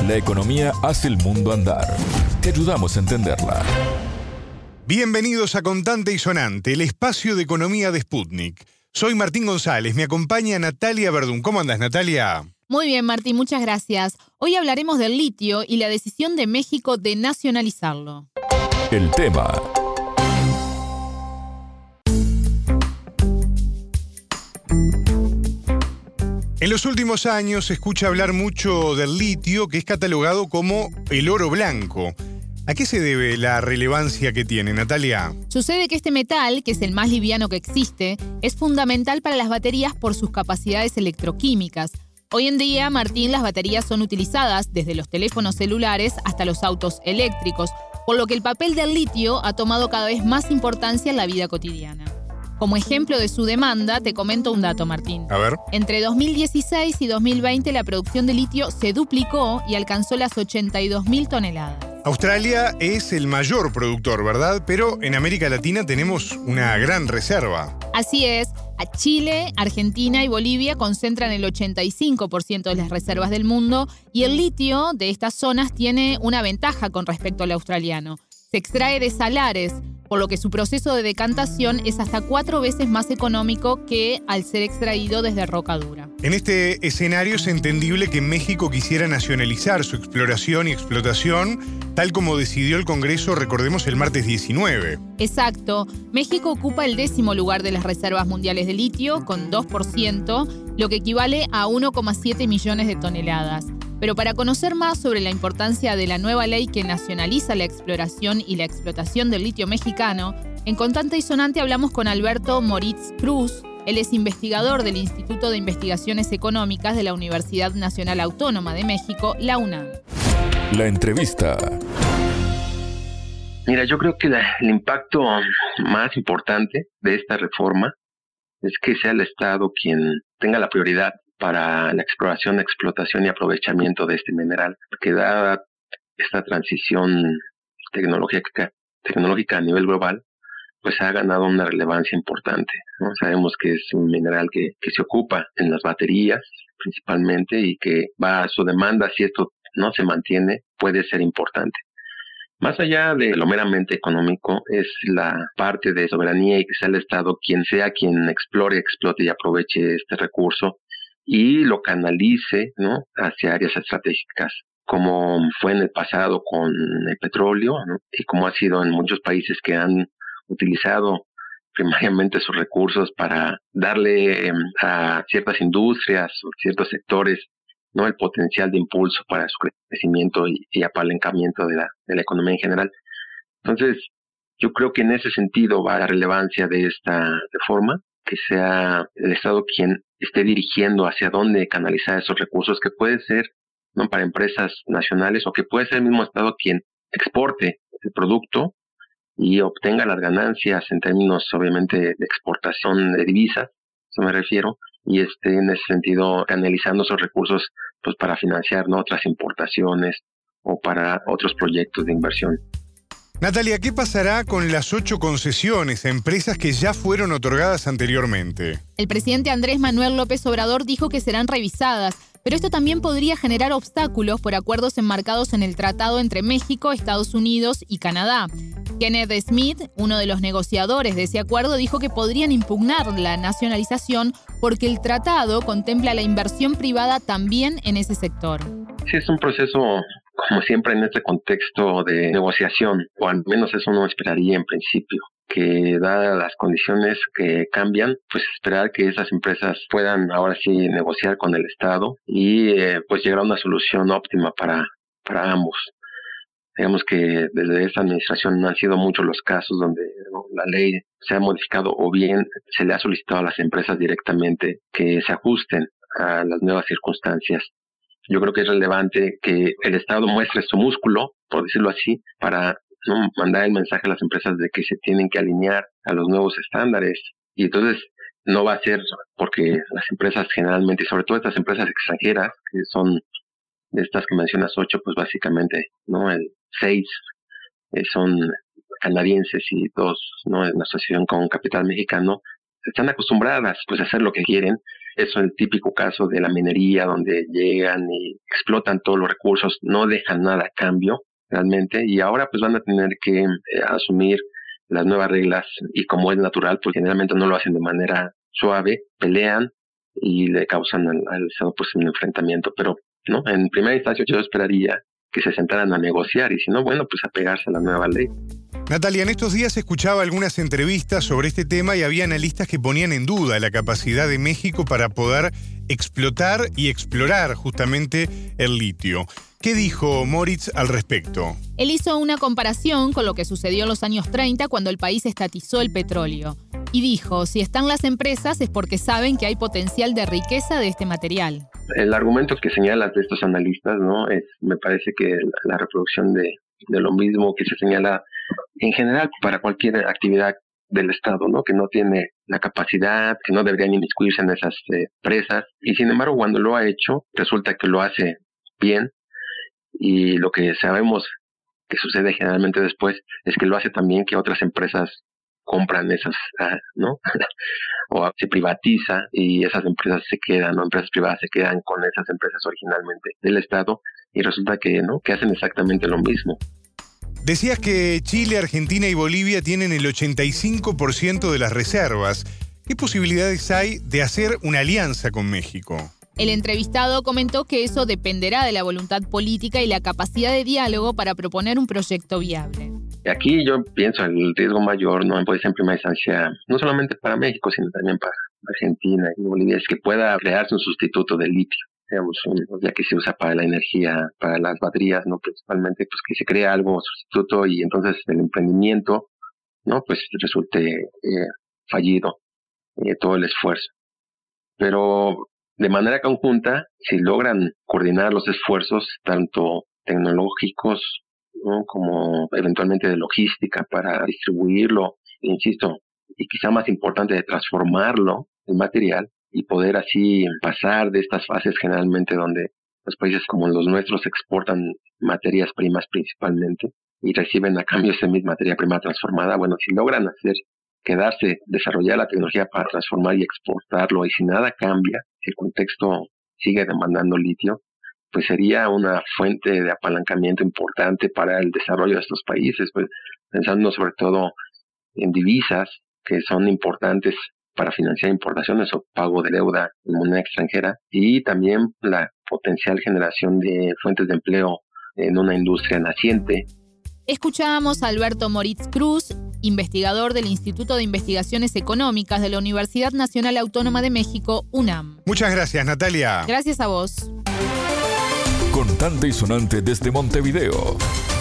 La economía hace el mundo andar. Te ayudamos a entenderla. Bienvenidos a Contante y Sonante, el espacio de economía de Sputnik. Soy Martín González, me acompaña Natalia Verdún. ¿Cómo andas, Natalia? Muy bien, Martín, muchas gracias. Hoy hablaremos del litio y la decisión de México de nacionalizarlo. El tema. En los últimos años se escucha hablar mucho del litio, que es catalogado como el oro blanco. ¿A qué se debe la relevancia que tiene, Natalia? Sucede que este metal, que es el más liviano que existe, es fundamental para las baterías por sus capacidades electroquímicas. Hoy en día, Martín, las baterías son utilizadas desde los teléfonos celulares hasta los autos eléctricos, por lo que el papel del litio ha tomado cada vez más importancia en la vida cotidiana. Como ejemplo de su demanda, te comento un dato, Martín. A ver. Entre 2016 y 2020, la producción de litio se duplicó y alcanzó las 82.000 toneladas. Australia es el mayor productor, ¿verdad? Pero en América Latina tenemos una gran reserva. Así es, a Chile, Argentina y Bolivia concentran el 85% de las reservas del mundo y el litio de estas zonas tiene una ventaja con respecto al australiano. Se extrae de salares, por lo que su proceso de decantación es hasta 4 veces más económico que al ser extraído desde roca dura. En este escenario es entendible que México quisiera nacionalizar su exploración y explotación, tal como decidió el Congreso, recordemos, el martes 19. Exacto. México ocupa el 10º lugar de las reservas mundiales de litio, con 2%, lo que equivale a 1,7 millones de toneladas. Pero para conocer más sobre la importancia de la nueva ley que nacionaliza la exploración y la explotación del litio mexicano, en Contante y Sonante hablamos con Alberto Moritz Cruz. Él es investigador del Instituto de Investigaciones Económicas de la Universidad Nacional Autónoma de México, la UNAM. La entrevista. Mira, yo creo que el impacto más importante de esta reforma es que sea el Estado quien tenga la prioridad para la exploración, explotación y aprovechamiento de este mineral, que dada esta transición tecnológica a nivel global, pues ha ganado una relevancia importante, ¿no? Sabemos que es un mineral que se ocupa en las baterías principalmente y que va a su demanda, si esto no se mantiene, puede ser importante. Más allá de lo meramente económico, es la parte de soberanía y que sea el Estado quien explore, explote y aproveche este recurso y lo canalice, ¿no?, hacia áreas estratégicas, como fue en el pasado con el petróleo, ¿no?, y como ha sido en muchos países que han utilizado primariamente sus recursos para darle a ciertas industrias o ciertos sectores, ¿no?, el potencial de impulso para su crecimiento y apalancamiento de la economía en general. Entonces, yo creo que en ese sentido va la relevancia de esta reforma, que sea el Estado quien esté dirigiendo hacia dónde canalizar esos recursos, que puede ser, ¿no?, para empresas nacionales o que puede ser el mismo Estado quien exporte el producto y obtenga las ganancias en términos, obviamente, de exportación de divisas, eso me refiero, y esté en ese sentido canalizando esos recursos pues para financiar, ¿no?, otras importaciones o para otros proyectos de inversión. Natalia, ¿qué pasará con las 8 concesiones a empresas que ya fueron otorgadas anteriormente? El presidente Andrés Manuel López Obrador dijo que serán revisadas, pero esto también podría generar obstáculos por acuerdos enmarcados en el tratado entre México, Estados Unidos y Canadá. Kenneth Smith, uno de los negociadores de ese acuerdo, dijo que podrían impugnar la nacionalización porque el tratado contempla la inversión privada también en ese sector. Sí, es un proceso, como siempre, en este contexto de negociación, o al menos eso uno esperaría en principio, que dadas las condiciones que cambian, pues esperar que esas empresas puedan ahora sí negociar con el Estado y pues llegar a una solución óptima para ambos. Digamos que desde esta administración no han sido muchos los casos donde, ¿no?, la ley se ha modificado o bien se le ha solicitado a las empresas directamente que se ajusten a las nuevas circunstancias. Yo creo que es relevante que el Estado muestre su músculo, por decirlo así, para, ¿no?, mandar el mensaje a las empresas de que se tienen que alinear a los nuevos estándares. Y entonces no va a ser porque las empresas generalmente, y sobre todo estas empresas extranjeras, que son de estas que mencionas 8, pues básicamente, ¿no?, el 6 son canadienses y 2, ¿no?, en asociación con capital mexicano, están acostumbradas pues a hacer lo que quieren. Eso es el típico caso de la minería, donde llegan y explotan todos los recursos, no dejan nada a cambio realmente, y ahora pues van a tener que asumir las nuevas reglas, y como es natural, pues generalmente no lo hacen de manera suave, pelean y le causan al Estado pues un enfrentamiento, pero no, en primera instancia yo esperaría que se sentaran a negociar, y si no, bueno, pues apegarse a la nueva ley. Natalia, en estos días escuchaba algunas entrevistas sobre este tema y había analistas que ponían en duda la capacidad de México para poder explotar y explorar justamente el litio. ¿Qué dijo Moritz al respecto? Él hizo una comparación con lo que sucedió en los años 30 cuando el país estatizó el petróleo. Y dijo, si están las empresas es porque saben que hay potencial de riqueza de este material. El argumento que señalan de estos analistas, ¿no? Me parece que la reproducción de lo mismo que se señala en general para cualquier actividad del Estado, ¿no? Que no tiene la capacidad, que no deberían inmiscuirse en esas empresas, y sin embargo cuando lo ha hecho resulta que lo hace bien, y lo que sabemos que sucede generalmente después es que lo hace también que otras empresas compran esas, ¿no? O se privatiza y esas empresas se quedan, ¿no? Empresas privadas se quedan con esas empresas originalmente del Estado, y resulta que, ¿no? Que hacen exactamente lo mismo. Decías que Chile, Argentina y Bolivia tienen el 85% de las reservas. ¿Qué posibilidades hay de hacer una alianza con México? El entrevistado comentó que eso dependerá de la voluntad política y la capacidad de diálogo para proponer un proyecto viable. Aquí yo pienso el riesgo mayor no puede ser en primera instancia, no solamente para México, sino también para Argentina y Bolivia, es que pueda crearse un sustituto del litio, digamos, ya que se usa para la energía, para las baterías, no principalmente, pues que se crea algo sustituto, y entonces el emprendimiento, no, pues resulte fallido todo el esfuerzo. Pero de manera conjunta, si logran coordinar los esfuerzos, tanto tecnológicos, ¿no? Como eventualmente de logística para distribuirlo, insisto, y quizá más importante, de transformarlo en material y poder así pasar de estas fases generalmente donde los países como los nuestros exportan materias primas principalmente y reciben a cambio esa misma materia prima transformada. Bueno, si logran desarrollar la tecnología para transformar y exportarlo, y si nada cambia, si el contexto sigue demandando litio, pues sería una fuente de apalancamiento importante para el desarrollo de estos países, pues pensando sobre todo en divisas que son importantes para financiar importaciones o pago de deuda en moneda extranjera, y también la potencial generación de fuentes de empleo en una industria naciente. Escuchábamos a Alberto Moritz Cruz, investigador del Instituto de Investigaciones Económicas de la Universidad Nacional Autónoma de México, UNAM. Muchas gracias, Natalia. Gracias a vos. Contante y sonante desde Montevideo.